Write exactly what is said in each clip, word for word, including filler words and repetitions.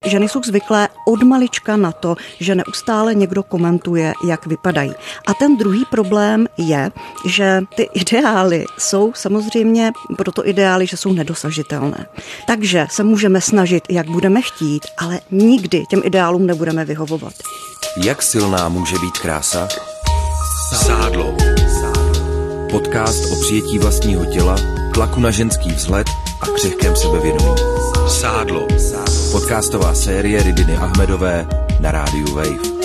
ženy jsou zvyklé od malička na to, že neustále někdo komentuje, jak vypadají. A ten druhý problém je, že ty ideály jsou samozřejmě proto ideály, že jsou nedosažitelné. Takže se můžeme snažit, jak budeme chtít, ale nikdy těm ideálům nebudeme vyhovovat. Jak silná může být krása? Sádlo. Podcast o přijetí vlastního těla, tlaku na ženský vzhled a křehkém sebevědomí. Sádlo. Podcastová série Ridiny Ahmedové na rádiu Wave.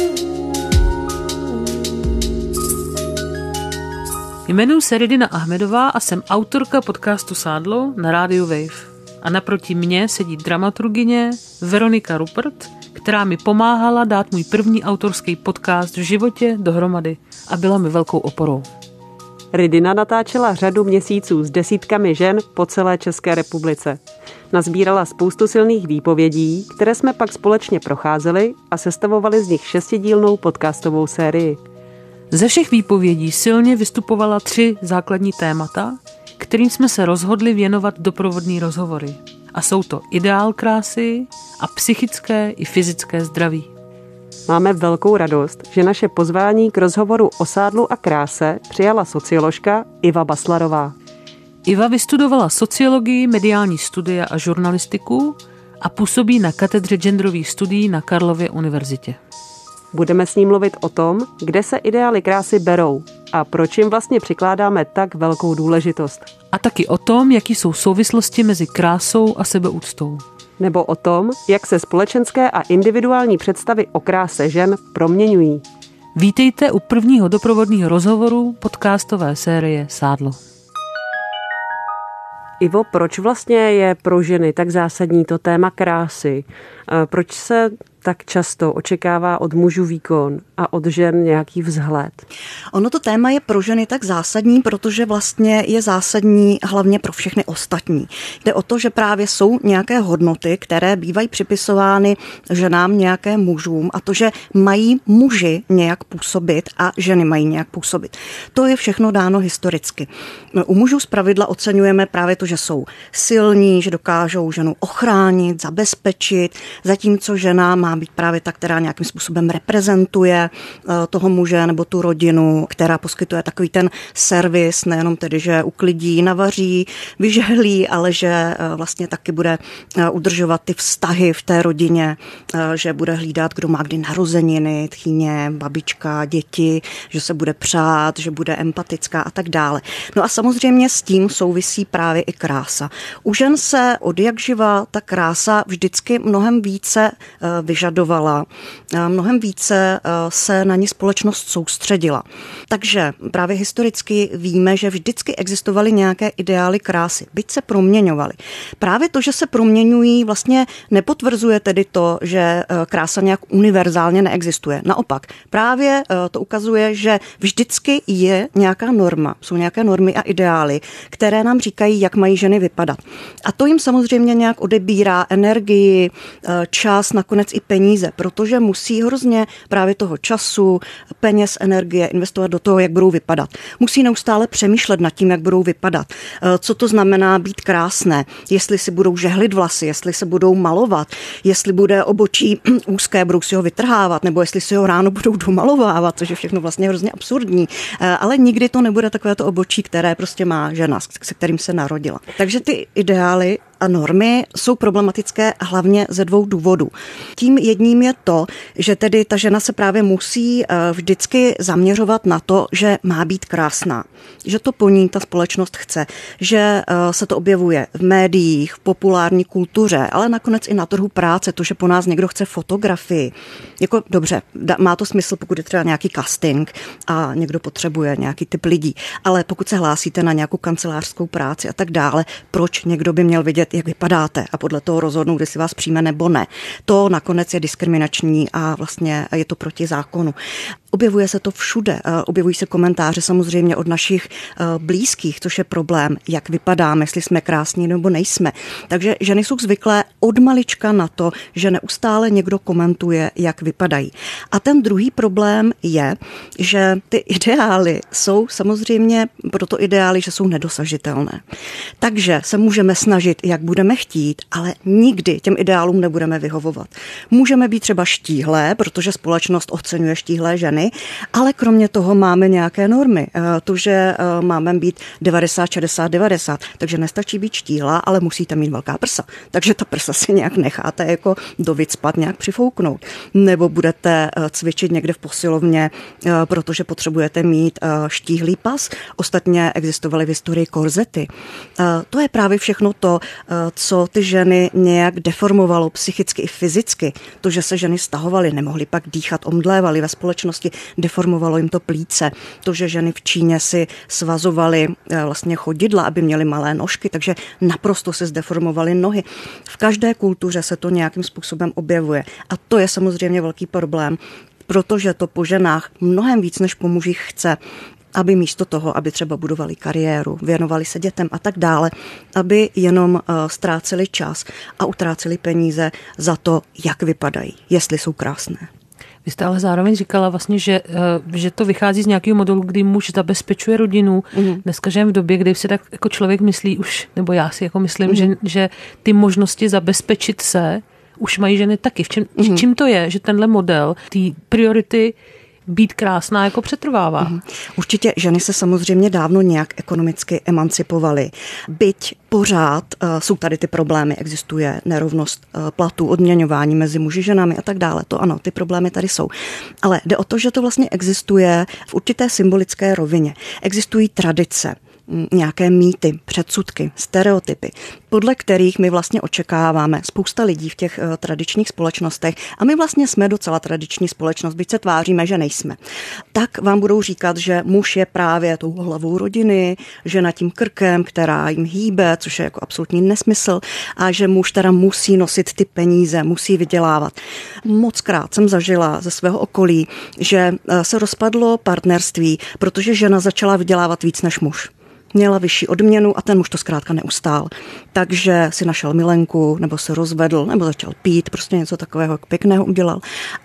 Jmenuji se Ridina Ahmedová a jsem autorka podcastu Sádlo na rádiu Wave. A naproti mně sedí dramaturgyně Veronika Ruppert, která mi pomáhala dát můj první autorský podcast v životě dohromady a byla mi velkou oporou. Ridina natáčela řadu měsíců s desítkami žen po celé České republice. Nazbírala spoustu silných výpovědí, které jsme pak společně procházeli a sestavovali z nich šestidílnou podcastovou sérii. Ze všech výpovědí silně vystupovala tři základní témata, kterým jsme se rozhodli věnovat doprovodný rozhovory. A jsou to ideál krásy a psychické i fyzické zdraví. Máme velkou radost, že naše pozvání k rozhovoru o sádlu a kráse přijala socioložka Iva Baslarová. Iva vystudovala sociologii, mediální studia a žurnalistiku a působí na katedře genderových studií na Karlově univerzitě. Budeme s ní mluvit o tom, kde se ideály krásy berou a proč jim vlastně přikládáme tak velkou důležitost. A taky o tom, jaký jsou souvislosti mezi krásou a sebeúctou. Nebo o tom, jak se společenské a individuální představy o kráse žen proměňují. Vítejte u prvního doprovodného rozhovoru podcastové série Sádlo. Ivo, proč vlastně je pro ženy tak zásadní to téma krásy? Proč se tak často očekává od mužů výkon a od žen nějaký vzhled? Ono to téma je pro ženy tak zásadní, protože vlastně je zásadní hlavně pro všechny ostatní. Jde o to, že právě jsou nějaké hodnoty, které bývají připisovány ženám, nějaké mužům, a to, že mají muži nějak působit a ženy mají nějak působit. To je všechno dáno historicky. U mužů zpravidla oceňujeme právě to, že jsou silní, že dokážou ženu ochránit, zabezpečit, zatímco žena má být právě ta, která nějakým způsobem reprezentuje toho muže nebo tu rodinu, která poskytuje takový ten servis, nejenom tedy, že uklidí, navaří, vyžehlí, ale že vlastně taky bude udržovat ty vztahy v té rodině, že bude hlídat, kdo má kdy narozeniny, tchýně, babička, děti, že se bude přát, že bude empatická a tak dále. No a samozřejmě s tím souvisí právě i krása. U žen se od jak živa ta krása vždycky mnohem více vyžadovala, mnohem více se na ní společnost soustředila. Takže právě historicky víme, že vždycky existovaly nějaké ideály krásy, byť se proměňovaly. Právě to, že se proměňují, vlastně nepotvrzuje tedy to, že krása nějak univerzálně neexistuje. Naopak, právě to ukazuje, že vždycky je nějaká norma, jsou nějaké normy a ideály, které nám říkají, jak mají ženy vypadat. A to jim samozřejmě nějak odebírá energii, čas, nakonec i peníze, protože musí hrozně právě toho času, peněz, energie investovat do toho, jak budou vypadat. Musí neustále přemýšlet nad tím, jak budou vypadat. Co to znamená být krásné, jestli si budou žehlit vlasy, jestli se budou malovat, jestli bude obočí úzké, budou si ho vytrhávat, nebo jestli si ho ráno budou domalovávat, což je všechno vlastně hrozně absurdní. Ale nikdy to nebude takové to obočí, které prostě má žena, se kterým se narodila. Takže ty ideály a normy jsou problematické hlavně ze dvou důvodů. Tím jedním je to, že tedy ta žena se právě musí vždycky zaměřovat na to, že má být krásná, že to po ní ta společnost chce, že se to objevuje v médiích, v populární kultuře, ale nakonec i na trhu práce, to, že po nás někdo chce fotografii. Jako dobře, má to smysl, pokud je třeba nějaký casting a někdo potřebuje nějaký typ lidí, ale pokud se hlásíte na nějakou kancelářskou práci a tak dále, proč někdo by měl vidět, jak vypadáte a podle toho rozhodnout, jestli vás přijme nebo ne. To nakonec je diskriminační a vlastně je to proti zákonu. Objevuje se to všude. Objevují se komentáře samozřejmě od našich blízkých, což je problém, jak vypadáme, jestli jsme krásní nebo nejsme. Takže ženy jsou zvyklé od malička na to, že neustále někdo komentuje, jak vypadají. A ten druhý problém je, že ty ideály jsou samozřejmě proto ideály, že jsou nedosažitelné. Takže se můžeme snažit, jak jak budeme chtít, ale nikdy těm ideálům nebudeme vyhovovat. Můžeme být třeba štíhlé, protože společnost oceňuje štíhlé ženy, ale kromě toho máme nějaké normy. To, že máme být devadesát, šedesát, devadesát, takže nestačí být štíhlá, ale musíte mít velká prsa. Takže ta prsa si nějak necháte jako dovicpat, nějak přifouknout. Nebo budete cvičit někde v posilovně, protože potřebujete mít štíhlý pas. Ostatně existovaly v historii korzety. To je právě všechno to, co ty ženy nějak deformovalo psychicky i fyzicky. To, že se ženy stahovaly, nemohly pak dýchat, omdlévaly ve společnosti, deformovalo jim to plíce. To, že ženy v Číně si svazovaly vlastně chodidla, aby měly malé nožky, takže naprosto se zdeformovaly nohy. V každé kultuře se to nějakým způsobem objevuje. A to je samozřejmě velký problém, protože to po ženách mnohem víc než po mužích chce, aby místo toho, aby třeba budovali kariéru, věnovali se dětem a tak dále, aby jenom uh, ztráceli čas a utráceli peníze za to, jak vypadají, jestli jsou krásné. Vy jste ale zároveň říkala vlastně, že, že to vychází z nějakého modelu, kdy muž zabezpečuje rodinu. Mm. Dneska žijeme v době, kdy si tak jako člověk myslí už, nebo já si jako myslím, mm. že, že ty možnosti zabezpečit se už mají ženy taky. V čem, mm. čím to je, že tenhle model, ty priority být krásná jako přetrvává? Mm. Určitě ženy se samozřejmě dávno nějak ekonomicky emancipovaly. Byť pořád uh, jsou tady ty problémy, existuje nerovnost uh, platů, odměňování mezi muži, ženami a tak dále. To ano, ty problémy tady jsou. Ale jde o to, že to vlastně existuje v určité symbolické rovině. Existují tradice, nějaké mýty, předsudky, stereotypy, podle kterých my vlastně očekáváme spousta lidí v těch uh, tradičních společnostech a my vlastně jsme docela tradiční společnost, byť se tváříme, že nejsme. Tak vám budou říkat, že muž je právě tou hlavou rodiny, žena tím krkem, která jim hýbe, což je jako absolutní nesmysl, a že muž teda musí nosit ty peníze, musí vydělávat. Mockrát jsem zažila ze svého okolí, že uh, se rozpadlo partnerství, protože žena začala vydělávat víc než muž. Měla vyšší odměnu a ten muž to zkrátka neustál. Takže si našel milenku, nebo se rozvedl, nebo začal pít, prostě něco takového pěkného udělal.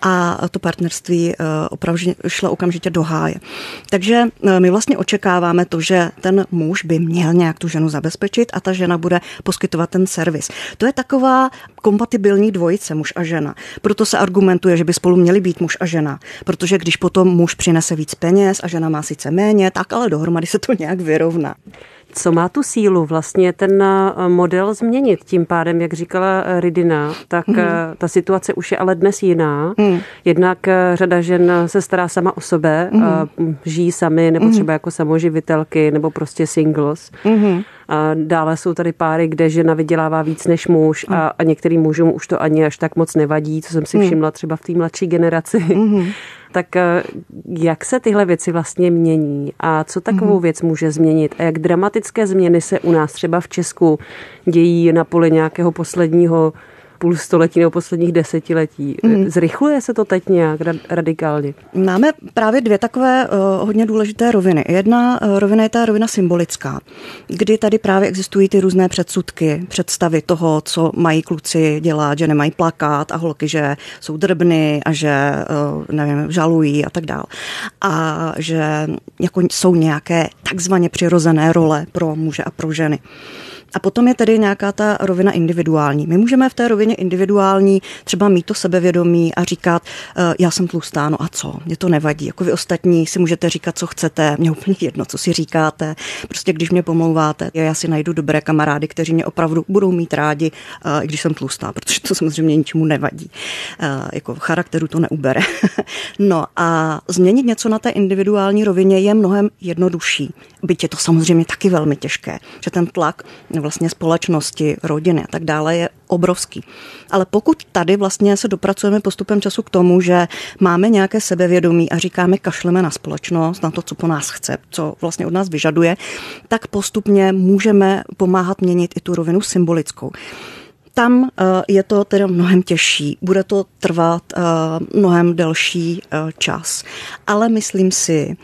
A to partnerství opravdu šlo okamžitě do háje. Takže my vlastně očekáváme to, že ten muž by měl nějak tu ženu zabezpečit a ta žena bude poskytovat ten servis. To je taková kompatibilní dvojice, muž a žena. Proto se argumentuje, že by spolu měli být muž a žena. Protože když potom muž přinese víc peněz a žena má sice méně, tak ale dohromady se to nějak vyrovná. Co má tu sílu vlastně ten model změnit? Tím pádem, jak říkala Rydina, tak mm. ta situace už je ale dnes jiná. Mm. Jednak řada žen se stará sama o sebe, mm. žijí sami, nebo třeba jako samoživitelky, nebo prostě singles. Mm. A dále jsou tady páry, kde žena vydělává víc než muž a, a některým mužům už to ani až tak moc nevadí, co jsem si všimla třeba v té mladší generaci. Mm. Tak jak se tyhle věci vlastně mění a co takovou věc může změnit a jak dramatické změny se u nás třeba v Česku dějí na poli nějakého posledního půl století nebo posledních desetiletí. Mm. Zrychluje se to teď nějak radikálně? Máme právě dvě takové uh, hodně důležité roviny. Jedna uh, rovina je ta rovina symbolická, kdy tady právě existují ty různé předsudky, představy toho, co mají kluci dělat, že nemají plakát a holky, že jsou drbny a že uh, nevím, žalují a tak dále. A že jako jsou nějaké takzvaně přirozené role pro muže a pro ženy. A potom je tedy nějaká ta rovina individuální. My můžeme v té rovině individuální třeba mít to sebevědomí a říkat, já jsem tlustá, no a co, mě to nevadí. Jako vy ostatní si můžete říkat, co chcete, mě úplně jedno, co si říkáte. Prostě když mě pomlouváte, já si najdu dobré kamarády, kteří mě opravdu budou mít rádi, i když jsem tlustá, protože to samozřejmě ničemu nevadí. Jako charakteru to neubere. No a změnit něco na té individuální rovině je mnohem jednodušší. Byť je to samozřejmě taky velmi těžké, že ten tlak vlastně společnosti, rodiny a tak dále je obrovský. Ale pokud tady vlastně se dopracujeme postupem času k tomu, že máme nějaké sebevědomí a říkáme, kašleme na společnost, na to, co po nás chce, co vlastně od nás vyžaduje, tak postupně můžeme pomáhat měnit i tu rovinu symbolickou. Tam uh, je to tedy mnohem těžší, bude to trvat uh, mnohem delší uh, čas. Ale myslím si,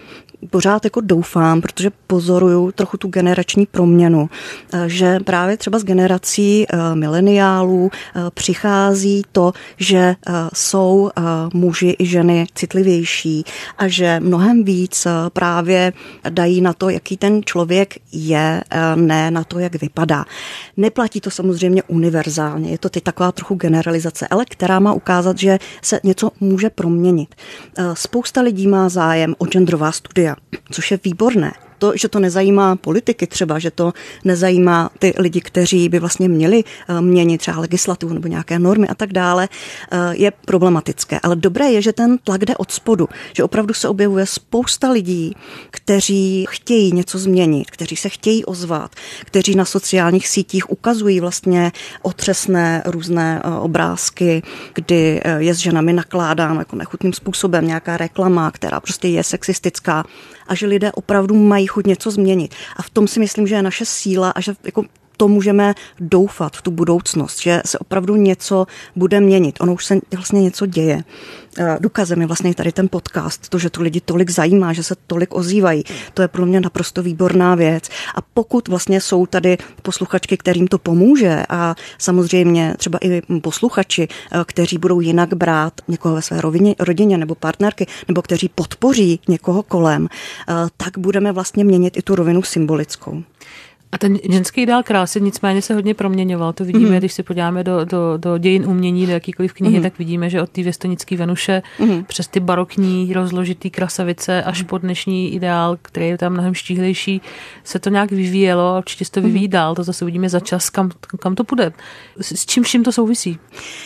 pořád jako doufám, protože pozoruju trochu tu generační proměnu, že právě třeba z generací mileniálů přichází to, že jsou muži i ženy citlivější a že mnohem víc právě dají na to, jaký ten člověk je, ne na to, jak vypadá. Neplatí to samozřejmě univerzálně, je to teď taková trochu generalizace, ale která má ukázat, že se něco může proměnit. Spousta lidí má zájem o genderová studia, což je výborné. To, že to nezajímá politiky třeba, že to nezajímá ty lidi, kteří by vlastně měli měnit třeba legislativu nebo nějaké normy a tak dále, je problematické. Ale dobré je, že ten tlak jde od spodu, že opravdu se objevuje spousta lidí, kteří chtějí něco změnit, kteří se chtějí ozvat, kteří na sociálních sítích ukazují vlastně otřesné různé obrázky, kdy je s ženami nakládáno jako nechutným způsobem nějaká reklama, která prostě je sexistická, a že lidé opravdu mají chuť něco změnit. A v tom si myslím, že je naše síla a že jako to můžeme doufat v tu budoucnost, že se opravdu něco bude měnit. Ono už se vlastně něco děje. Důkazem je vlastně tady ten podcast, to, že to lidi tolik zajímá, že se tolik ozývají. To je pro mě naprosto výborná věc. A pokud vlastně jsou tady posluchačky, kterým to pomůže a samozřejmě třeba i posluchači, kteří budou jinak brát někoho ve své rovině, rodině nebo partnerky, nebo kteří podpoří někoho kolem, tak budeme vlastně měnit i tu rovinu symbolickou. A ten ženský ideál krásy nicméně se hodně proměňoval. To vidíme, mm. když se podíváme do, do, do dějin umění, do jakýkoliv knihy, mm. tak vidíme, že od té věstonické Venuše mm. přes ty barokní rozložitý krasavice až po dnešní ideál, který je tam mnohem štíhlejší, se to nějak vyvíjelo a určitě se to vyvíjí mm. dál. To zase uvidíme za čas, kam, kam to půjde. S, s čím vším to souvisí?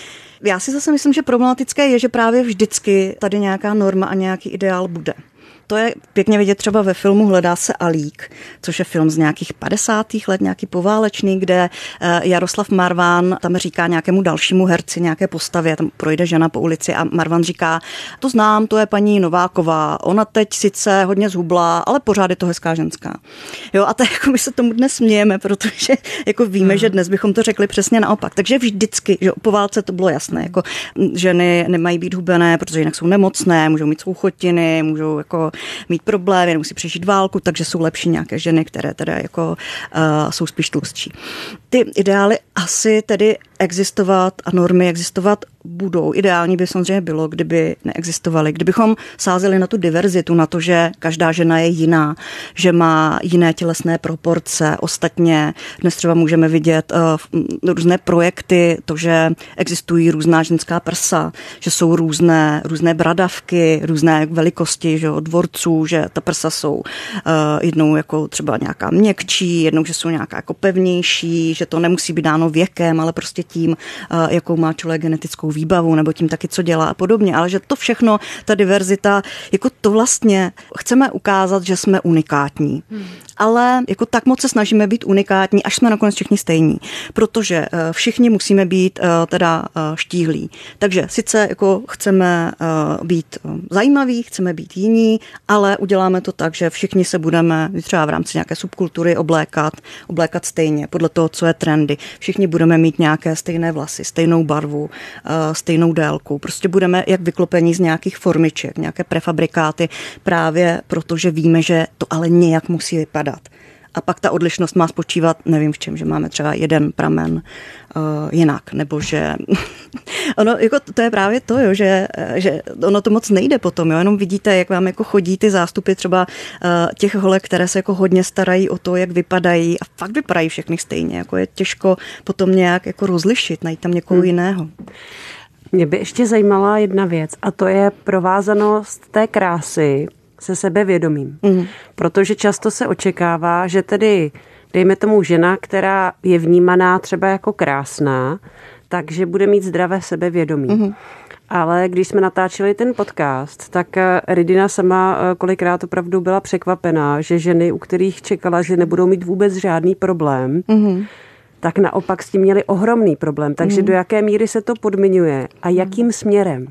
Já si zase myslím, že problematické je, že právě vždycky tady nějaká norma a nějaký ideál bude. To je pěkně vidět třeba ve filmu Hledá se Alík, což je film z nějakých padesátých let, nějaký poválečný, kde Jaroslav Marván tam říká nějakému dalšímu herci, nějaké postavě, tam projde žena po ulici a Marván říká, to znám, to je paní Nováková, ona teď sice hodně zhubla, ale pořád je to hezká ženská. Jo, a tak jako my se tomu dnes smějeme, protože jako víme, hmm. že dnes bychom to řekli přesně naopak. Takže vždycky, že po válce to bylo jasné, jako ženy nemají být hubené, protože jinak jsou nemocné, můžou mít souchotiny, můžou jako mít problémy, nemusí přežít válku, takže jsou lepší nějaké ženy, které teda jako uh, jsou spíš tlustší. Ty ideály asi tedy existovat a normy existovat budou. Ideální by samozřejmě bylo, kdyby neexistovaly. Kdybychom sázeli na tu diverzitu, na to, že každá žena je jiná, že má jiné tělesné proporce. Ostatně dnes třeba můžeme vidět uh, různé projekty, to, že existují různá ženská prsa, že jsou různé, různé bradavky, různé velikosti, že od dvorců, že ta prsa jsou uh, jednou jako třeba nějaká měkčí, jednou, že jsou nějaká jako pevnější, že to nemusí být dáno věkem, ale prostě tím, uh, jakou má člověk genetickou výbavu, nebo tím taky, co dělá a podobně, ale že to všechno, ta diverzita, jako to vlastně chceme ukázat, že jsme unikátní. Hmm. Ale jako tak moc se snažíme být unikátní, až jsme nakonec všichni stejní, protože uh, všichni musíme být uh, teda uh, štíhlí. Takže sice jako chceme uh, být uh, zajímaví, chceme být jiní, ale uděláme to tak, že všichni se budeme třeba v rámci nějaké subkultury oblékat, oblékat stejně, podle toho, co je trendy. Všichni budeme mít nějaké stejné vlasy, stejnou barvu, uh, stejnou délku. Prostě budeme jak vyklopení z nějakých formiček, nějaké prefabrikáty, právě protože víme, že to ale nějak musí vypadat. A pak ta odlišnost má spočívat, nevím v čem, že máme třeba jeden pramen uh, jinak, nebo že ono, jako to je právě to, jo, že, že ono to moc nejde potom, jo, jenom vidíte, jak vám jako chodí ty zástupy třeba uh, těch holek, které se jako hodně starají o to, jak vypadají a fakt vypadají všechny stejně, jako je těžko potom nějak jako rozlišit, najít tam někoho hmm. jiného. Mě by ještě zajímala jedna věc a to je provázanost té krásy se sebevědomím. Mm. Protože často se očekává, že tedy, dejme tomu žena, která je vnímaná třeba jako krásná, takže bude mít zdravé sebevědomí. Mm. Ale když jsme natáčeli ten podcast, tak Ridina sama kolikrát opravdu byla překvapená, že ženy, u kterých čekala, že nebudou mít vůbec žádný problém, mm. tak naopak s tím měli ohromný problém. Takže mm. do jaké míry se to podmiňuje a jakým směrem?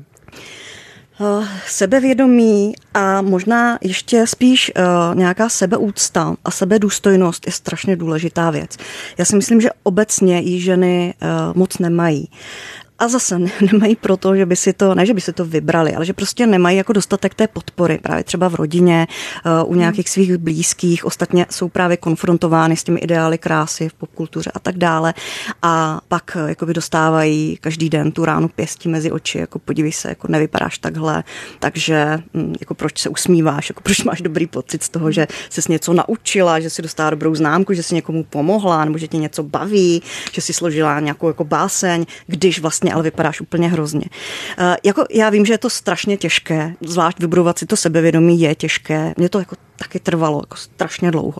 Sebevědomí a možná ještě spíš uh, nějaká sebeúcta a sebedůstojnost je strašně důležitá věc. Já si myslím, že obecně ji ženy uh, moc nemají. A zase nemají proto, že by si to, ne, že by si to vybrali, ale že prostě nemají jako dostatek té podpory, právě třeba v rodině, u nějakých svých blízkých, ostatně jsou právě konfrontovány s těmi ideály krásy v popkultuře a tak dále. A pak jakoby dostávají každý den tu ránu pěstí mezi oči, jako podívej se, jako nevypadáš takhle, takže jako proč se usmíváš, jako proč máš dobrý pocit z toho, že ses něco naučila, že si dostala dobrou známku, že si někomu pomohla, nebo že tě něco baví, že si složila nějakou jako báseň, když vlastně ale vypadáš úplně hrozně. Uh, jako já vím, že je to strašně těžké, zvlášť vybudovat si to sebevědomí je těžké. Mě to jako taky trvalo jako strašně dlouho.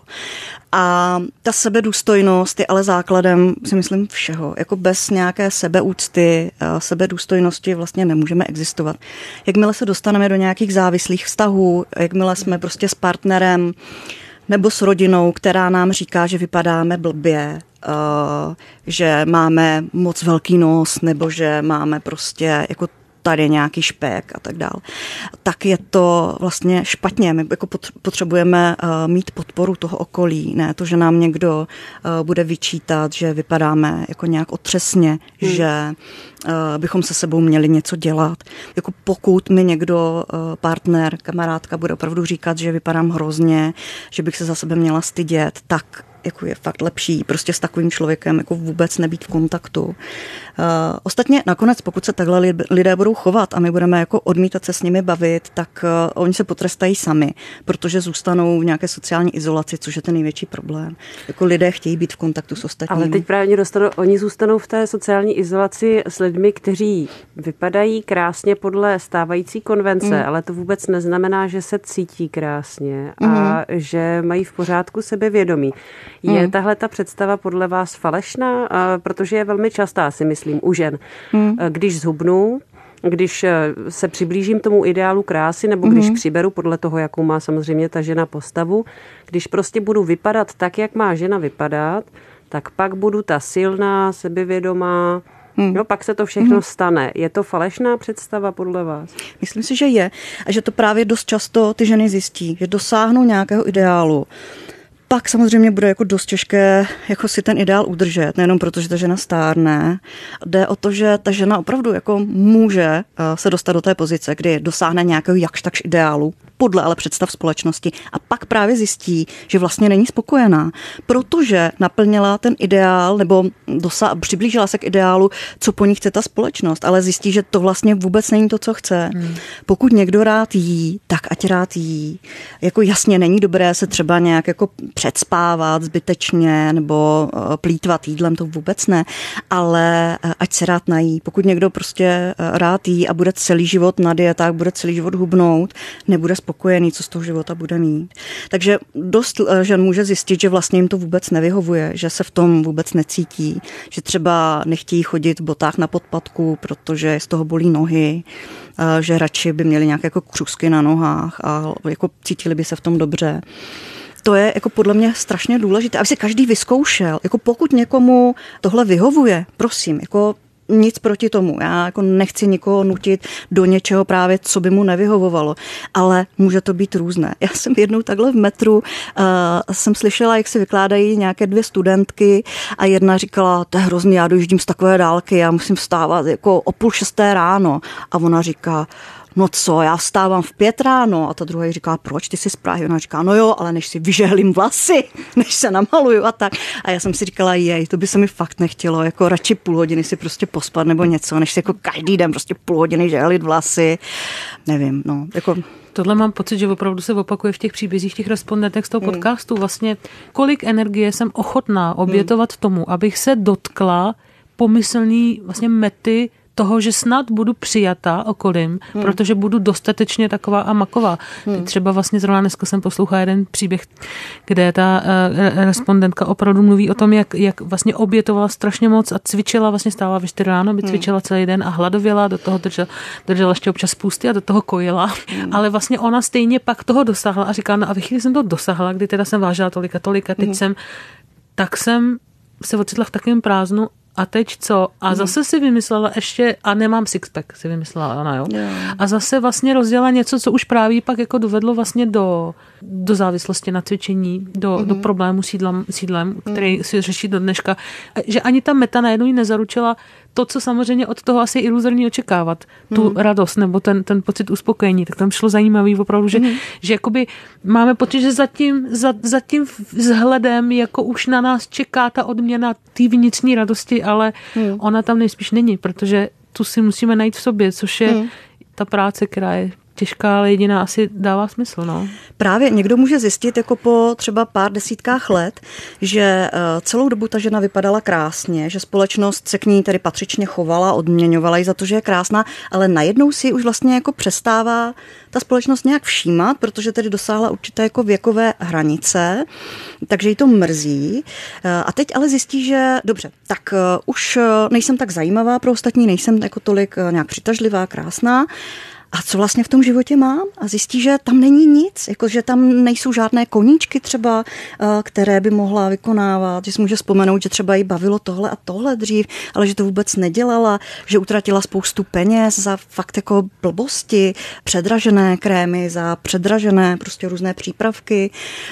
A ta sebedůstojnost je ale základem, si myslím, všeho. Jako bez nějaké sebeúcty, sebedůstojnosti vlastně nemůžeme existovat. Jakmile se dostaneme do nějakých závislých vztahů, jakmile jsme prostě s partnerem nebo s rodinou, která nám říká, že vypadáme blbě, Uh, že máme moc velký nos, nebo že máme prostě jako tady nějaký špek a tak dále, tak je to vlastně špatně. My jako potřebujeme uh, mít podporu toho okolí, ne to, že nám někdo uh, bude vyčítat, že vypadáme jako nějak otřesně, hmm. že uh, bychom se sebou měli něco dělat. Jako pokud mi někdo, uh, partner, kamarádka bude opravdu říkat, že vypadám hrozně, že bych se za sebe měla stydět, tak jako je fakt lepší prostě s takovým člověkem jako vůbec nebýt v kontaktu. Uh, ostatně nakonec, pokud se takhle lidé budou chovat a my budeme jako odmítat se s nimi bavit, tak uh, oni se potrestají sami, protože zůstanou v nějaké sociální izolaci, což je ten největší problém. Jako lidé chtějí být v kontaktu s ostatními. Ale teď právě dostanou, oni zůstanou v té sociální izolaci s lidmi, kteří vypadají krásně podle stávající konvence, mm. ale to vůbec neznamená, že se cítí krásně a mm. že mají v pořádku sebevědomí. Je hmm. tahle ta představa podle vás falešná? Protože je velmi častá, si myslím, u žen. Hmm. Když zhubnu, když se přiblížím tomu ideálu krásy, nebo když hmm. přiberu podle toho, jakou má samozřejmě ta žena postavu, když prostě budu vypadat tak, jak má žena vypadat, tak pak budu ta silná, sebevědomá, Hmm. No, pak se to všechno hmm. stane. Je to falešná představa podle vás? Myslím si, že je. A že to právě dost často ty ženy zjistí, že dosáhnou nějakého ideálu. Pak samozřejmě bude jako dost těžké jako si ten ideál udržet, nejenom proto, že ta žena stárne. Jde o to, že ta žena opravdu jako může se dostat do té pozice, kdy dosáhne nějakého jakž takž ideálu, podle ale představ společnosti, a pak právě zjistí, že vlastně není spokojená, protože naplnila ten ideál nebo dosa- přiblížila se k ideálu, co po ní chce ta společnost, ale zjistí, že to vlastně vůbec není to, co chce. Hmm. Pokud někdo rád jí, tak ať rád jí. Jako jasně není dobré se třeba nějak jako předspávat zbytečně nebo plýtvat jídlem, to vůbec ne, ale ať se rád nají. Pokud někdo prostě rád jí a bude celý život na dietách, bude celý život hubnout, nebude spokojený, co z toho života bude mít. Takže dost žen může zjistit, že vlastně jim to vůbec nevyhovuje, že se v tom vůbec necítí, že třeba nechtějí chodit v botách na podpatku, protože z toho bolí nohy, že radši by měli nějaké jako křusky na nohách a jako cítili by se v tom dobře. To je jako podle mě strašně důležité, aby si každý vyzkoušel. Jako pokud někomu tohle vyhovuje, prosím, jako nic proti tomu. Já jako nechci nikoho nutit do něčeho právě, co by mu nevyhovovalo, ale může to být různé. Já jsem jednou takhle v metru uh, jsem slyšela, jak si vykládají nějaké dvě studentky a jedna říkala, to je hrozný, já dojíždím z takové dálky, já musím vstávat jako o půl šesté ráno. A ona říká, no co, já vstávám v pět ráno. A ta druhá říká, proč, ty jsi z Prahy? Ona říká, no jo, ale než si vyžehlím vlasy, než se namaluju a tak. A já jsem si říkala, jej, to by se mi fakt nechtělo, jako radši půl hodiny si prostě pospat nebo něco, než si jako každý den prostě půl hodiny žehlit vlasy. Nevím, no, jako... Tohle mám pocit, že opravdu se opakuje v těch příbězích, těch respondentech z toho hmm. podcastu. Vlastně, kolik energie jsem ochotná obětovat hmm. tomu, abych se dotkla pomyslný vlastně mety toho, že snad budu přijatá okolím, hmm. protože budu dostatečně taková a maková. Hmm. Třeba vlastně zrovna dneska jsem poslouchala jeden příběh, kde ta uh, respondentka opravdu mluví o tom, jak, jak vlastně obětovala strašně moc a cvičila, vlastně stála ve čtyři ráno, by cvičila celý den a hladověla, do toho držela, držela ještě občas půsty a do toho kojila, hmm. ale vlastně ona stejně pak toho dosáhla a říká, no a ve chvíli jsem to dosáhla, kdy teda jsem vážila tolika, tolika, teď hmm. jsem, tak jsem se ocitla v takovém prázdnu. A teď co? A zase si vymyslela ještě, a nemám sixpack, si vymyslela ona, jo. Yeah. A zase vlastně rozdělala něco, co už právě pak jako dovedlo vlastně do, do závislosti na cvičení, do, mm-hmm. do problému sídlem, sídlem, který mm. si řeší do dneška. Že ani ta meta najednou jí nezaručila to, co samozřejmě od toho asi je iluzorní očekávat, tu hmm. radost nebo ten, ten pocit uspokojení, tak tam šlo zajímavý opravdu, že, hmm. že jakoby máme pocit, že zatím, za, za tím vzhledem jako už na nás čeká ta odměna té vnitřní radosti, ale hmm. ona tam nejspíš není, protože tu si musíme najít v sobě, což je hmm. ta práce, která je těžká, ale jediná asi dává smysl. No. Právě někdo může zjistit jako po třeba pár desítkách let, že celou dobu ta žena vypadala krásně, že společnost se k ní tedy patřičně chovala, odměňovala ji za to, že je krásná, ale najednou si už vlastně jako přestává ta společnost nějak všímat, protože tedy dosáhla určité jako věkové hranice, takže jí to mrzí. A teď ale zjistí, že dobře, tak už nejsem tak zajímavá pro ostatní, nejsem jako tolik nějak přitažlivá, krásná. A co vlastně v tom životě mám? A zjistí, že tam není nic, jako že tam nejsou žádné koníčky třeba, které by mohla vykonávat, že si může vzpomenout, že třeba jí bavilo tohle a tohle dřív, ale že to vůbec nedělala, že utratila spoustu peněz za fakt jako blbosti, předražené krémy, za předražené prostě různé přípravky,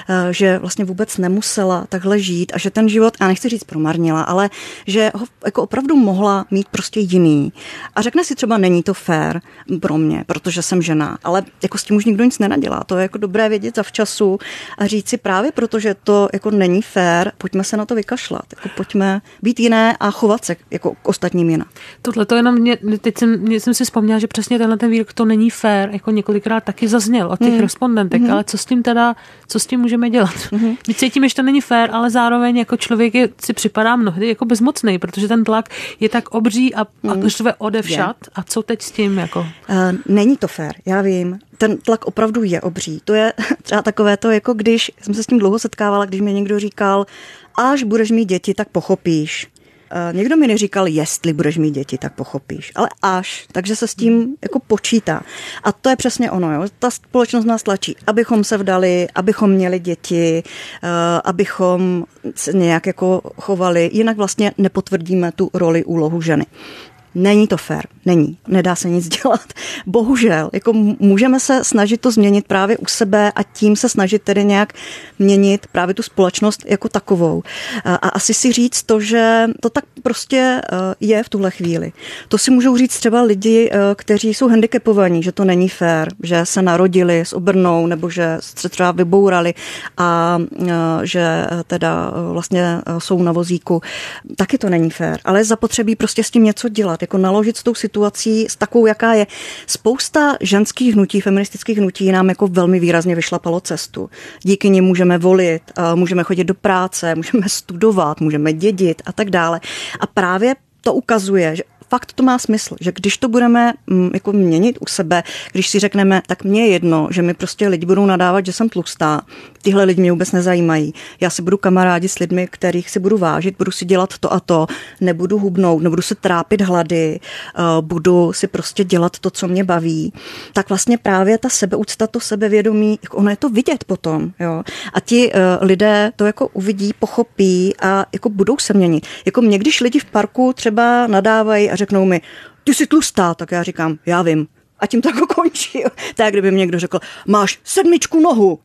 že vlastně vůbec nemusela takhle žít a že ten život, já nechci říct promarnila, ale že ho jako opravdu mohla mít prostě jiný. A řekne si třeba, není to fér pro mě, protože jsem žena, ale jako s tím už nikdo nic nenadělá. To je jako dobré vědět zavčasu a říct si právě, protože to jako není fér, pojďme se na to vykašlat. Jako pojďme být jiné a chovat se jako k ostatním jinak. Tohle to jenom, mě, teď jsem, mě, jsem si vzpomněla, že přesně tenhle ten výrok, to není fér, jako několikrát taky zazněl od těch mm. respondentek, mm. ale co s tím teda, co s tím můžeme dělat? Mm. My cítíme, že to není fér, ale zároveň jako člověk je, si připadá mnohdy jako bezmocný, protože ten tlak je tak obří a, mm. a štve odevšad. A co teď s tím? Jako? Uh, Není to fér, já vím. Ten tlak opravdu je obří. To je třeba takové to, jako když jsem se s tím dlouho setkávala, když mi někdo říkal, až budeš mít děti, tak pochopíš. Uh, někdo mi neříkal, jestli budeš mít děti, tak pochopíš. Ale až, takže se s tím jako počítá. A to je přesně ono. Jo? Ta společnost nás tlačí, abychom se vdali, abychom měli děti, uh, abychom se nějak jako chovali. Jinak vlastně nepotvrdíme tu roli, úlohu ženy. Není to fér, není, nedá se nic dělat. Bohužel, jako můžeme se snažit to změnit právě u sebe a tím se snažit tedy nějak měnit právě tu společnost jako takovou. A asi si říct to, že to tak prostě je v tuhle chvíli. To si můžou říct třeba lidi, kteří jsou handicapovaní, že to není fér, že se narodili s obrnou nebo že se třeba vybourali a že teda vlastně jsou na vozíku. Taky to není fér, ale zapotřebí prostě s tím něco dělat, jako naložit s tou situací, s takovou, jaká je. Spousta ženských hnutí, feministických hnutí nám jako velmi výrazně vyšlapalo cestu. Díky nim můžeme volit, můžeme chodit do práce, můžeme studovat, můžeme dědit a tak dále. A právě to ukazuje, že fakt to má smysl, že když to budeme mm, jako měnit u sebe, když si řekneme, tak mně je jedno, že mi prostě lidi budou nadávat, že jsem tlustá, tyhle lidi mě vůbec nezajímají. Já si budu kamarádi s lidmi, kterých si budu vážit, budu si dělat to a to, nebudu hubnout, nebudu se trápit hlady, uh, budu si prostě dělat to, co mě baví. Tak vlastně právě ta sebeúcta, to sebevědomí, jako ono je to vidět potom. Jo? A ti uh, lidé to jako uvidí, pochopí a jako budou se měnit. Jako mě, když lidi v parku třeba nadávají a řeknou mi, ty jsi tlustá, tak já říkám, já vím. A tím to jako končí. Jo. Tak kdyby mi někdo řekl, máš sedmičku nohu.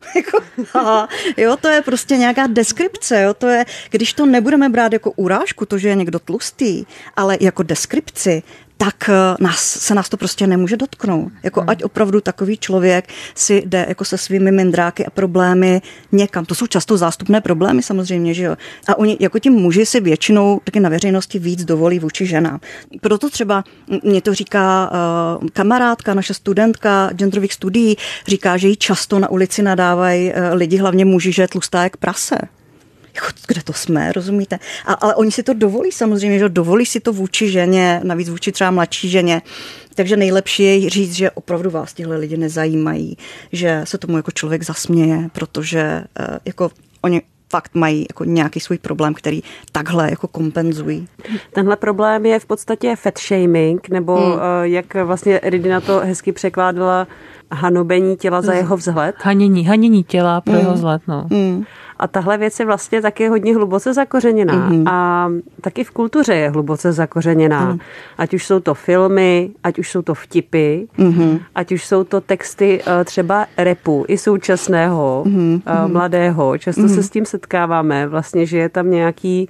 Jo, to je prostě nějaká deskripce. Jo. To je, když to nebudeme brát jako urážku, to, že je někdo tlustý, ale jako deskripci, tak nás, se nás to prostě nemůže dotknout. Jako hmm. ať opravdu takový člověk si jde jako se svými mindráky a problémy někam. To jsou často zástupné problémy samozřejmě, že jo. A oni, jako ti muži si většinou taky na veřejnosti víc dovolí vůči ženám. Proto třeba mě to říká uh, kamarádka, naše studentka genderových studií, říká, že jí často na ulici nadávají uh, lidi, hlavně muži, že je tlustá jak prase. Jako, kde to jsme, rozumíte? A, ale oni si to dovolí samozřejmě, že dovolí si to vůči ženě, navíc vůči třeba mladší ženě. Takže nejlepší je říct, že opravdu vás tihle lidi nezajímají, že se tomu jako člověk zasměje, protože jako oni fakt mají jako nějaký svůj problém, který takhle jako kompenzují. Tenhle problém je v podstatě fat shaming, nebo hmm. jak vlastně Ridina to hezky překládala, hanobení těla za jeho vzhled. Hanění, hanění těla pro hmm. jeho vzhled, no. Hmm. A tahle věc je vlastně taky hodně hluboce zakořeněná. Mm-hmm. A taky v kultuře je hluboce zakořeněná. Mm. Ať už jsou to filmy, ať už jsou to vtipy, mm-hmm. ať už jsou to texty třeba rapu i současného, mm-hmm. mladého. Často mm-hmm. se s tím setkáváme, vlastně, že je tam nějaký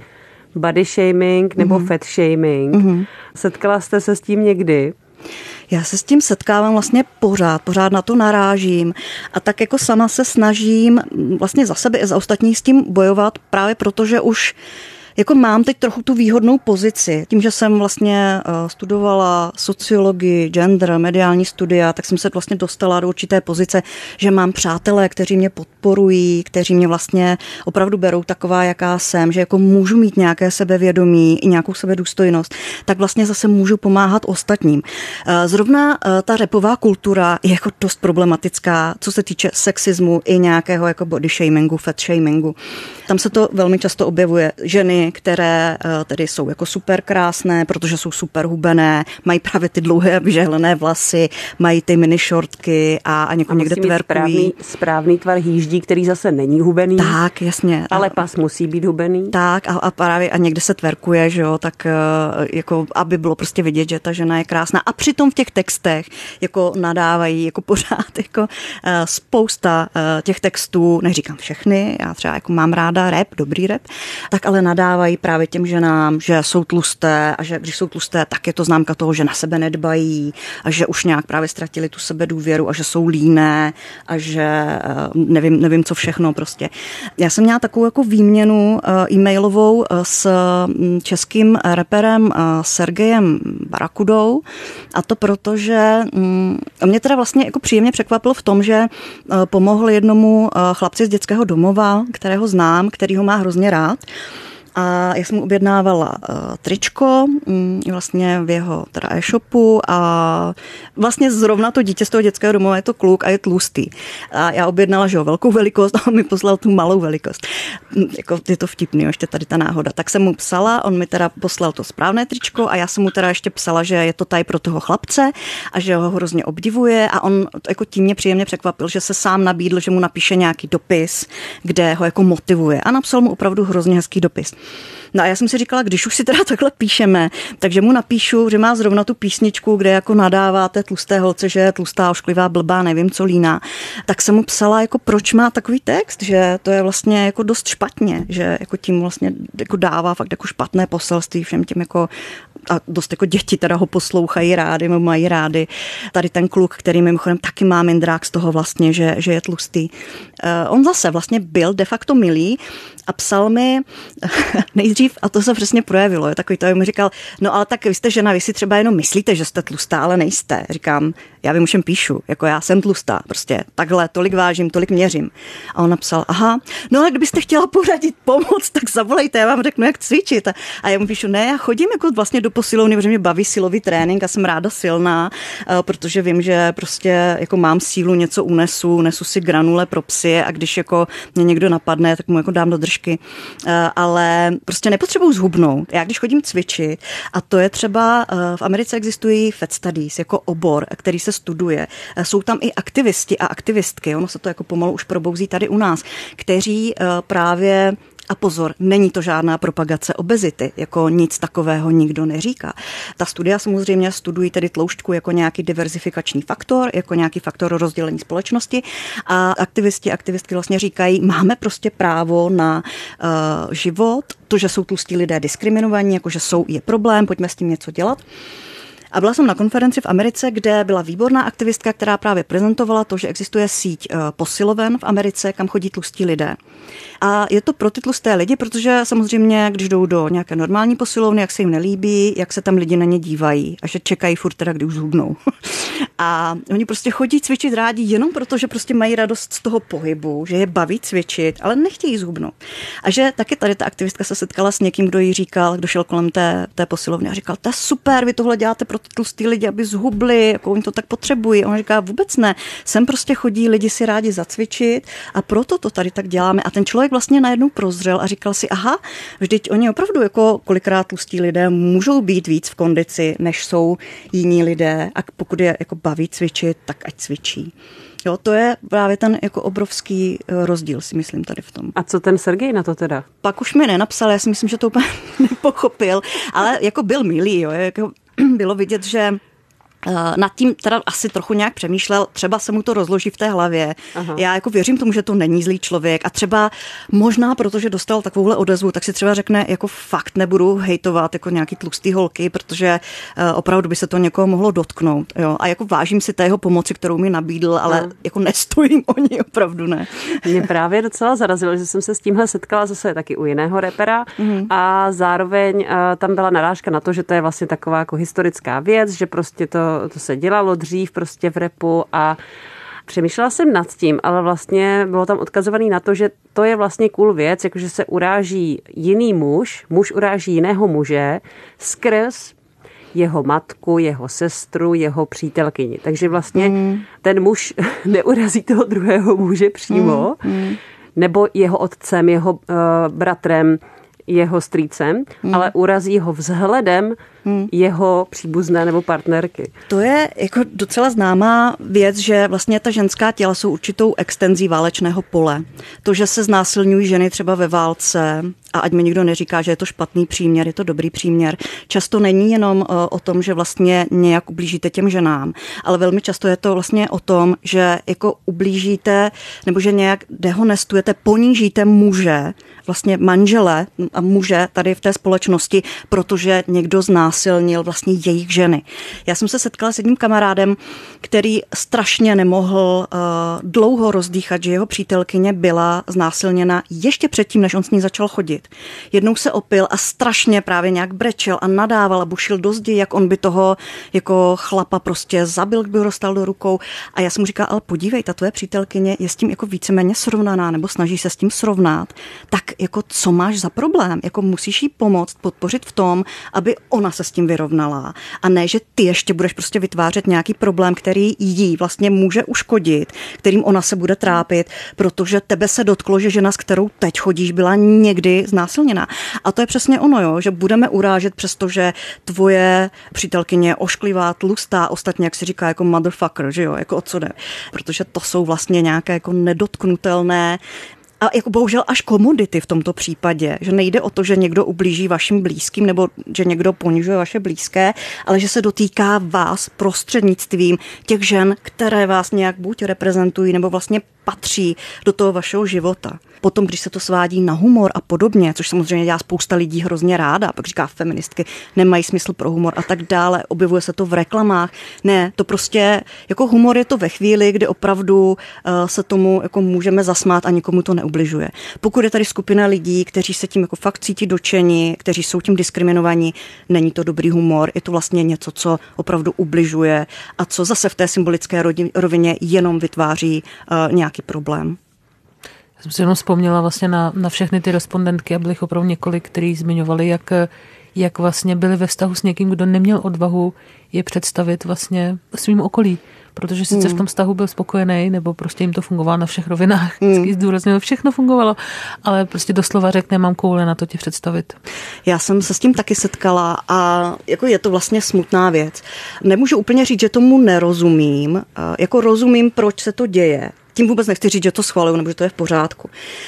body shaming nebo mm-hmm. fat shaming. Mm-hmm. Setkala jste se s tím někdy? Já se s tím setkávám vlastně pořád, pořád na to narážím a tak jako sama se snažím vlastně za sebe i za ostatní s tím bojovat právě proto, že už jako mám teď trochu tu výhodnou pozici. Tím, že jsem vlastně studovala sociologii, gender, mediální studia, tak jsem se vlastně dostala do určité pozice, že mám přátelé, kteří mě podporují, kteří mě vlastně opravdu berou taková, jaká jsem, že jako můžu mít nějaké sebevědomí i nějakou sebedůstojnost, tak vlastně zase můžu pomáhat ostatním. Zrovna ta rapová kultura je jako dost problematická, co se týče sexismu i nějakého jako body shamingu, fat shamingu. Tam se to velmi často objevuje. Ženy, které tedy jsou jako super krásné, protože jsou super hubené, mají právě ty dlouhé vyžehlené vlasy, mají ty mini šortky a, a někdo někde tverkují. Správný, správný tvar hýždí, který zase není hubený. Tak, jasně. Ale pas musí být hubený. Tak a, a právě a někde se tverkuje, že jo, tak jako aby bylo prostě vidět, že ta žena je krásná. A přitom v těch textech jako nadávají jako pořád jako spousta těch textů, neříkám všechny, já třeba jako mám ráda rap, dobrý rap, tak ale nadávají právě těm ženám, že jsou tlusté a že když jsou tlusté, tak je to známka toho, že na sebe nedbají a že už nějak právě ztratili tu sebedůvěru a že jsou líné a že nevím, nevím co všechno prostě. Já jsem měla takovou jako výměnu e-mailovou s českým raperem Sergejem Barakudou a to proto, že mě teda vlastně jako příjemně překvapilo v tom, že pomohl jednomu chlapci z dětského domova, kterého znám, který ho má hrozně rád. A já jsem mu objednávala uh, tričko um, vlastně v jeho teda e-shopu a vlastně zrovna to dítě z toho dětského domova je to kluk a je tlustý. A já objednala, že jo, velkou velikost a on mi poslal tu malou velikost. Jako je to vtipný, ještě tady ta náhoda. Tak jsem mu psala, on mi teda poslal to správné tričko a já jsem mu teda ještě psala, že je to tady pro toho chlapce a že ho hrozně obdivuje a on jako tím mě příjemně překvapil, že se sám nabídl, že mu napíše nějaký dopis, kde ho jako motivuje a napsal mu opravdu hrozně hezký dopis. No a já jsem si říkala, když už si teda takhle píšeme, takže mu napíšu, že má zrovna tu písničku, kde jako nadává té tlusté holce, že je tlustá, ošklivá, blbá, nevím co líná. Tak jsem mu psala, jako proč má takový text, že to je vlastně jako dost špatně, že jako tím vlastně jako dává fakt jako špatné poselství všem těm jako a dost jako děti teda ho poslouchají rády, mají rády. Tady ten kluk, který mimochodem taky má mindrák z toho vlastně, že, že je tlustý. Uh, on zase vlastně byl de facto milý a psal mi nejdřív, a to se přesně projevilo, je takový to, jak mi říkal, no ale tak vy jste žena, vy si třeba jenom myslíte, že jste tlustá, ale nejste. Říkám, já vím, o čem píšu, jako já jsem tlustá, prostě takhle, tolik vážím, tolik měřím. A on napsal, aha, no ale kdybyste chtěla poradit, pomoct, tak zavolejte, já vám řeknu, jak cvičit. A, a já mu píšu, ne, já chodím jako vlastně do posilovny, protože mě baví silový trénink a jsem ráda silná, protože vím, že prostě jako mám sílu, něco unesu, nesu si granule pro psy a když jako mě někdo napadne, tak mu jako dám do držky. Ale prostě nepotřebuji zhubnout. Já když chodím cvičit, a to je třeba, v Americe existují fat studies jako obor, který se studuje. Jsou tam i aktivisti a aktivistky, ono se to jako pomalu už probouzí tady u nás, kteří právě a pozor, není to žádná propagace obezity, jako nic takového nikdo neříká. Ta studia samozřejmě studují tedy tloušťku jako nějaký diverzifikační faktor, jako nějaký faktor rozdělení společnosti a aktivisti, aktivistky vlastně říkají, máme prostě právo na uh, život, to, že jsou tlustí lidé diskriminovaní, jako že jsou, je problém, pojďme s tím něco dělat. A byla jsem na konferenci v Americe, kde byla výborná aktivistka, která právě prezentovala to, že existuje síť posiloven v Americe, kam chodí tlustí lidé. A je to pro ty tlusté lidi, protože samozřejmě, když jdou do nějaké normální posilovny, jak se jim nelíbí, jak se tam lidi na ně dívají a že čekají furt teda, kdy už zhubnou. A oni prostě chodí cvičit rádi jenom proto, že prostě mají radost z toho pohybu, že je baví cvičit, ale nechtějí zhubnout. A že taky tady ta aktivistka se setkala s někým, kdo jí říkal, kdo šel kolem té, té posilovny a říkal, to je super, vy tohle děláte pro ty tlustý lidi, aby zhubli, jako oni to tak potřebují. A on říká, vůbec ne, sem prostě chodí lidi si rádi zacvičit a proto to tady tak děláme. A ten člověk vlastně najednou prozřel a říkal si, aha, vždyť oni opravdu jako kolikrát tlustí lidé můžou být víc v kondici, než jsou jiní lidé a pokud je jako baví cvičit, tak ať cvičí. Jo, to je právě ten jako obrovský rozdíl, si myslím, tady v tom. A co ten Sergej na to teda? Pak už mi nenapsal, já si myslím, že to úplně nepochopil, ale jako byl milý, jo, jako bylo vidět, že nad tím teda asi trochu nějak přemýšlel, třeba se mu to rozloží v té hlavě. Aha. Já jako věřím tomu, že to není zlý člověk a třeba možná, protože dostal takovouhle odezvu, tak si třeba řekne, jako fakt nebudu hejtovat jako nějaký tlustý holky, protože uh, opravdu by se to někoho mohlo dotknout. Jo? A jako vážím si té jeho pomoci, kterou mi nabídl, ale Aha. jako nestojím o ní, opravdu ne. Mě právě docela zarazilo, že jsem se s tímhle setkala zase taky u jiného rapera mhm. a zároveň uh, tam byla narážka na to, že to je vlastně taková jako historická věc, že prostě to To se dělalo dřív prostě v rapu a přemýšlela jsem nad tím, ale vlastně bylo tam odkazovaný na to, že to je vlastně cool věc, jakože se uráží jiný muž, muž uráží jiného muže skrz jeho matku, jeho sestru, jeho přítelkyni. Takže vlastně mm. ten muž neurazí toho druhého muže přímo, mm. nebo jeho otcem, jeho uh, bratrem, jeho strýcem, hmm. ale urazí ho vzhledem hmm. jeho příbuzné nebo partnerky. To je jako docela známá věc, že vlastně ta ženská těla jsou určitou extenzí válečného pole. To, že se znásilňují ženy třeba ve válce, a ať mi nikdo neříká, že je to špatný příměr, je to dobrý příměr, často není jenom o tom, že vlastně nějak ublížíte těm ženám, ale velmi často je to vlastně o tom, že jako ublížíte nebo že nějak dehonestujete, ponížíte muže, vlastně manžele a muže tady v té společnosti, protože někdo znásilnil vlastně jejich ženy. Já jsem se setkala s jedním kamarádem, který strašně nemohl uh, dlouho rozdýchat, že jeho přítelkyně byla znásilněna ještě předtím, než on s ní začal chodit. Jednou se opil a strašně právě nějak brečel a nadával a bušil do zdi, jak on by toho jako chlapa prostě zabil, kdyby ho dostal do rukou. A já jsem mu říkala, ale podívej, ta tvoje přítelkyně je s tím jako víceméně srovnaná nebo snaží se s tím srovnat. Tak jako co máš za problém? Jako musíš jí pomoct, podpořit v tom, aby ona se s tím vyrovnala. A ne, že ty ještě budeš prostě vytvářet nějaký problém, který jí vlastně může uškodit, kterým ona se bude trápit, protože tebe se dotklo, že žena, s kterou teď chodíš, byla někdy znásilněná. A to je přesně ono, jo, že budeme urážet přestože tvoje přítelkyně je ošklivá, tlustá, ostatně, jak se říká, jako motherfucker, že jo, jako o co jde. Protože to jsou vlastně nějaké jako nedotknutelné a jako bohužel až komodity v tomto případě, že nejde o to, že někdo ublíží vašim blízkým nebo že někdo ponižuje vaše blízké, ale že se dotýká vás prostřednictvím těch žen, které vás nějak buď reprezentují nebo vlastně patří do toho vašeho života. Potom, když se to svádí na humor a podobně, což samozřejmě dělá spousta lidí hrozně ráda, a pak říká feministky, nemají smysl pro humor a tak dále, objevuje se to v reklamách. Ne, to prostě, jako humor je to ve chvíli, kdy opravdu uh, se tomu jako můžeme zasmát a nikomu to neubližuje. Pokud je tady skupina lidí, kteří se tím jako fakt cítí dotčeni, kteří jsou tím diskriminovaní, není to dobrý humor, je to vlastně něco, co opravdu ubližuje a co zase v té symbolické rovině jenom vytváří uh, nějaký problém. Já jsem si jenom vzpomněla vlastně na, na všechny ty respondentky a byly opravdu několik, kteří zmiňovali, jak, jak vlastně byli ve vztahu s někým, kdo neměl odvahu je představit vlastně svým okolí. Protože sice hmm. v tom vztahu byl spokojený, nebo prostě jim to fungovalo na všech rovinách. Hmm. Vždycky zdůraznil, všechno fungovalo, ale prostě doslova řekne, nemám koule na to tě představit. Já jsem se s tím taky setkala a jako je to vlastně smutná věc. Nemůžu úplně říct, že tomu nerozumím. Jako rozumím, proč se to děje. Tím vůbec nechci říct, že to schvaluju, nebo že to je v pořádku.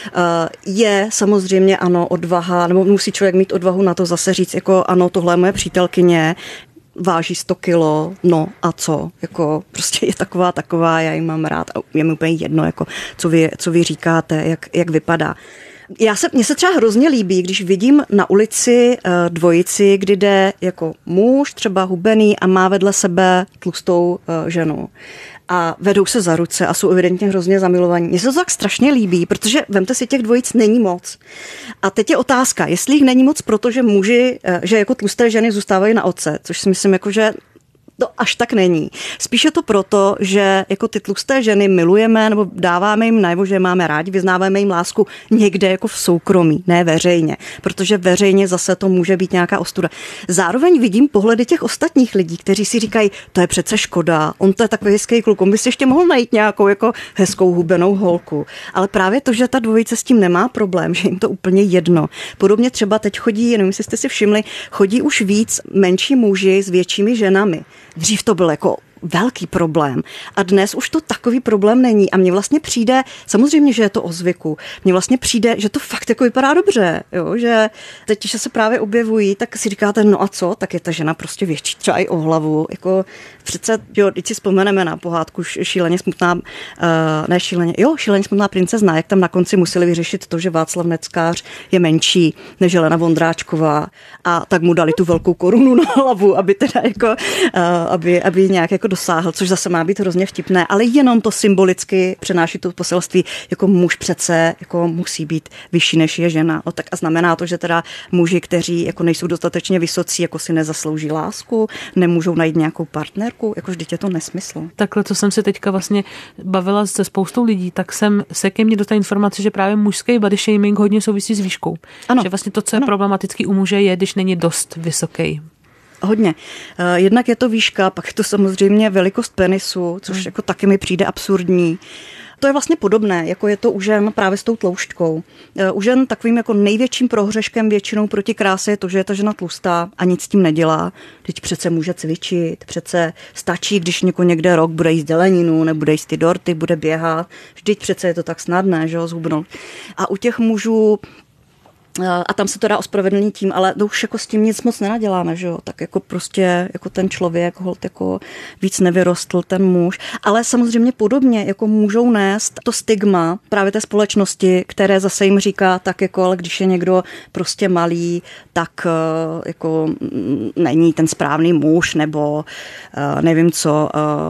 Je samozřejmě ano odvaha, nebo musí člověk mít odvahu na to zase říct, jako ano, tohle je moje přítelkyně, váží sto kilo, no a co, jako prostě je taková, taková, já ji mám rád a je mi úplně jedno, jako co vy, co vy říkáte, jak, jak vypadá. Já se, mně se třeba hrozně líbí, když vidím na ulici uh, dvojici, kdy jde jako muž, třeba hubený a má vedle sebe tlustou uh, ženu. A vedou se za ruce a jsou evidentně hrozně zamilovaní. Mně se to tak strašně líbí, protože vemte si, těch dvojic není moc. A teď je otázka, jestli jich není moc, protože muži, že jako tlusté ženy zůstávají na oce, což si myslím, jako, že to až tak není. Spíše to proto, že jako ty tlusté ženy milujeme nebo dáváme jim najevo, že je máme rádi, vyznáváme jim lásku někde jako v soukromí, ne veřejně, protože veřejně zase to může být nějaká ostuda. Zároveň vidím pohledy těch ostatních lidí, kteří si říkají, to je přece škoda, on to je takový hezký kluk, on by si ještě mohl najít nějakou jako hezkou hubenou holku. Ale právě to, že ta dvojice s tím nemá problém, že jim to úplně jedno. Podobně třeba teď chodí, nevím, jestli jste si všimli, chodí už víc menší muži s většími ženami. Dřív to byl jako velký problém. A dnes už to takový problém není. A mně vlastně přijde, samozřejmě, že je to o zvyku, mně vlastně přijde, že to fakt jako vypadá dobře, jo? Že teď, že se právě objevují, tak si říkáte, no a co, tak je ta žena prostě větší třeba i o hlavu. Jako přece, jo, když si vzpomeneme na pohádku Šíleně smutná, uh, ne šíleně, jo, Šíleně smutná princezna, jak tam na konci museli vyřešit to, že Václav Neckář je menší než Helena Vondráčková a tak mu dali tu velkou korunu na hlavu, aby teda jako, uh, aby, aby nějak jako dosáhl, což zase má být hrozně vtipné, ale jenom to symbolicky přenáší to poselství, jako muž přece jako musí být vyšší než je žena. No, tak a znamená to, že teda muži, kteří jako nejsou dostatečně vysocí, jako si nezaslouží lásku, nemůžou najít nějakou partnerku, jako vždyť je to nesmysl. Takhle, co jsem se teďka vlastně bavila se spoustou lidí, tak jsem se ke mně dostala informace, že právě mužský body shaming hodně souvisí s výškou. Ano. Že vlastně to, co je ano. problematický u muže, je, když není dost vysoký. Hodně. Jednak je to výška, pak je to samozřejmě velikost penisu, což hmm. jako taky mi přijde absurdní. To je vlastně podobné, jako je to u žen právě s tou tloušťkou. U žen takovým jako největším prohřeškem většinou proti kráse je to, že je ta žena tlustá a nic s tím nedělá. Teď přece může cvičit, přece stačí, když někoho někde rok bude jíst zeleninu, nebude jíst ty dorty, bude běhat. Vždyť přece je to tak snadné, že ho, zhubnout. A u těch mužů a tam se to dá ospravedlnit tím, ale to už jako s tím nic moc nenaděláme, že jo, tak jako prostě jako ten člověk holt jako víc nevyrostl, ten muž, ale samozřejmě podobně jako můžou nést to stigma právě té společnosti, které zase jim říká tak jako, ale když je někdo prostě malý, tak jako není ten správný muž, nebo nevím co,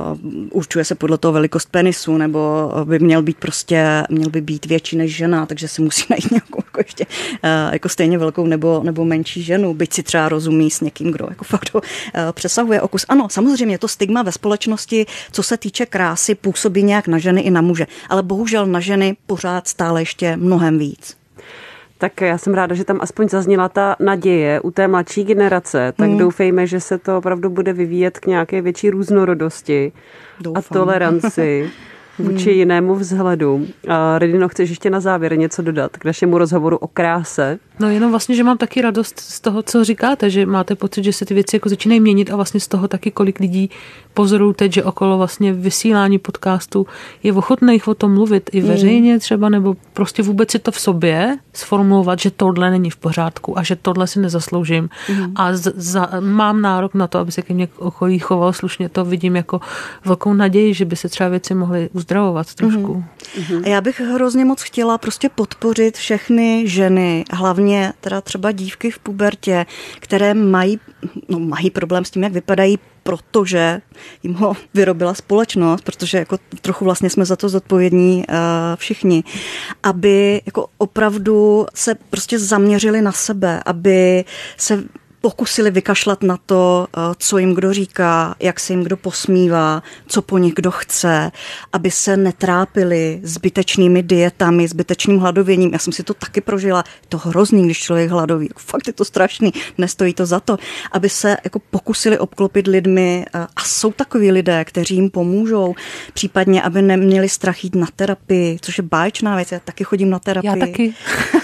určuje se podle toho velikost penisu, nebo by měl být prostě, měl by být větší než žena, takže si musí najít nějakou jako ještě jako stejně velkou nebo, nebo menší ženu, byť si třeba rozumí s někým, kdo jako fakt ho přesahuje okus. Ano, samozřejmě to stigma ve společnosti, co se týče krásy, působí nějak na ženy i na muže, ale bohužel na ženy pořád stále ještě mnohem víc. Tak já jsem ráda, že tam aspoň zazněla ta naděje u té mladší generace, tak hmm. doufejme, že se to opravdu bude vyvíjet k nějaké větší různorodosti Doufám. a toleranci vůči hmm. jinému vzhledu. A Redino, chceš ještě na závěr něco dodat k našemu rozhovoru o kráse? No jenom vlastně, že mám taky radost z toho, co říkáte, že máte pocit, že se ty věci jako začínají měnit a vlastně z toho taky kolik lidí pozorují teď, že okolo vlastně vysílání podcastu je ochotných o tom mluvit i veřejně třeba, nebo prostě vůbec si to v sobě sformulovat, že tohle není v pořádku a že tohle si nezasloužím mm. a z, za, mám nárok na to, aby se ke mně okolí chovalo slušně. To vidím jako velkou naději, že by se třeba věci mohly uzdravovat trošku. Mm. A já bych hrozně moc chtěla prostě podpořit všechny ženy, hlavně teda třeba dívky v pubertě, které mají, no, mají problém s tím, jak vypadají, protože jim ho vyrobila společnost, protože jako trochu vlastně jsme za to zodpovědní uh, všichni, aby jako opravdu se prostě zaměřili na sebe, aby se pokusili vykašlat na to, co jim kdo říká, jak se jim kdo posmívá, co po nich kdo chce, aby se netrápili zbytečnými dietami, zbytečným hladověním. Já jsem si to taky prožila. Je to hrozný, když člověk hladoví. Fakt je to strašný, nestojí to za to. Aby se jako pokusili obklopit lidmi a jsou takoví lidé, kteří jim pomůžou, případně, aby neměli strach jít na terapii, což je báječná věc. Já taky chodím na terapii. Já taky.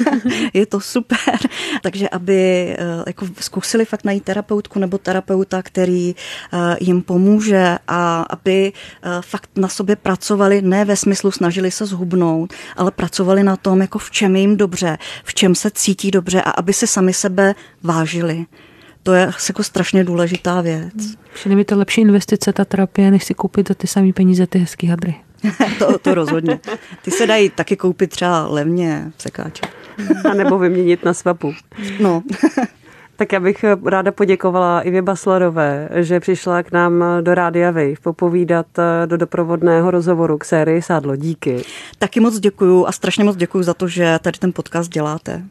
Je to super. Takže aby jako zkusili fakt najít terapeutku nebo terapeuta, který uh, jim pomůže a aby uh, fakt na sobě pracovali, ne ve smyslu snažili se zhubnout, ale pracovali na tom, jako v čem je jim dobře, v čem se cítí dobře a aby si sami sebe vážili. To je jako strašně důležitá věc. Všem je to lepší investice, ta terapie, než si koupit za ty samé peníze ty hezký hadry. to, to rozhodně. Ty se dají taky koupit třeba levně v sekáči. A nebo vyměnit na svapu. No. Tak já bych ráda poděkovala Ivě Baslerové, že přišla k nám do Rádia Wave popovídat do doprovodného rozhovoru k sérii Sádlo. Díky. Taky moc děkuju a strašně moc děkuju za to, že tady ten podcast děláte.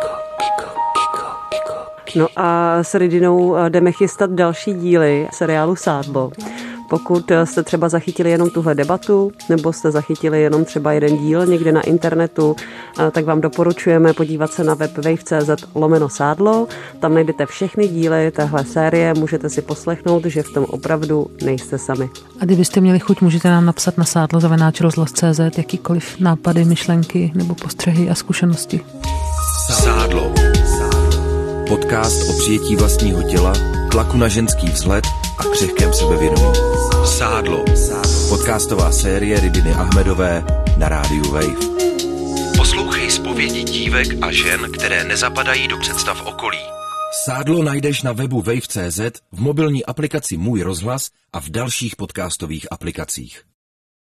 No a s Redinou jdeme chystat další díly seriálu Sádlo. Pokud jste třeba zachytili jenom tuhle debatu, nebo jste zachytili jenom třeba jeden díl někde na internetu, tak vám doporučujeme podívat se na web wave tečka cz lomeno sádlo. Tam najdete všechny díly téhle série, můžete si poslechnout, že v tom opravdu nejste sami. A kdybyste měli chuť, můžete nám napsat na sádlo zavináč rozhlas tečka cz jakýkoliv nápady, myšlenky nebo postřehy a zkušenosti. Sádlo. Podcast o přijetí vlastního těla, tlaku na ženský vzhled a křehkém sebevědomí. Sádlo. Podcastová série Ridiny Ahmedové na rádiu Wave. Poslouchej zpovědi dívek a žen, které nezapadají do představ okolí. Sádlo najdeš na webu wave tečka cé zet, v mobilní aplikaci Můj rozhlas a v dalších podcastových aplikacích.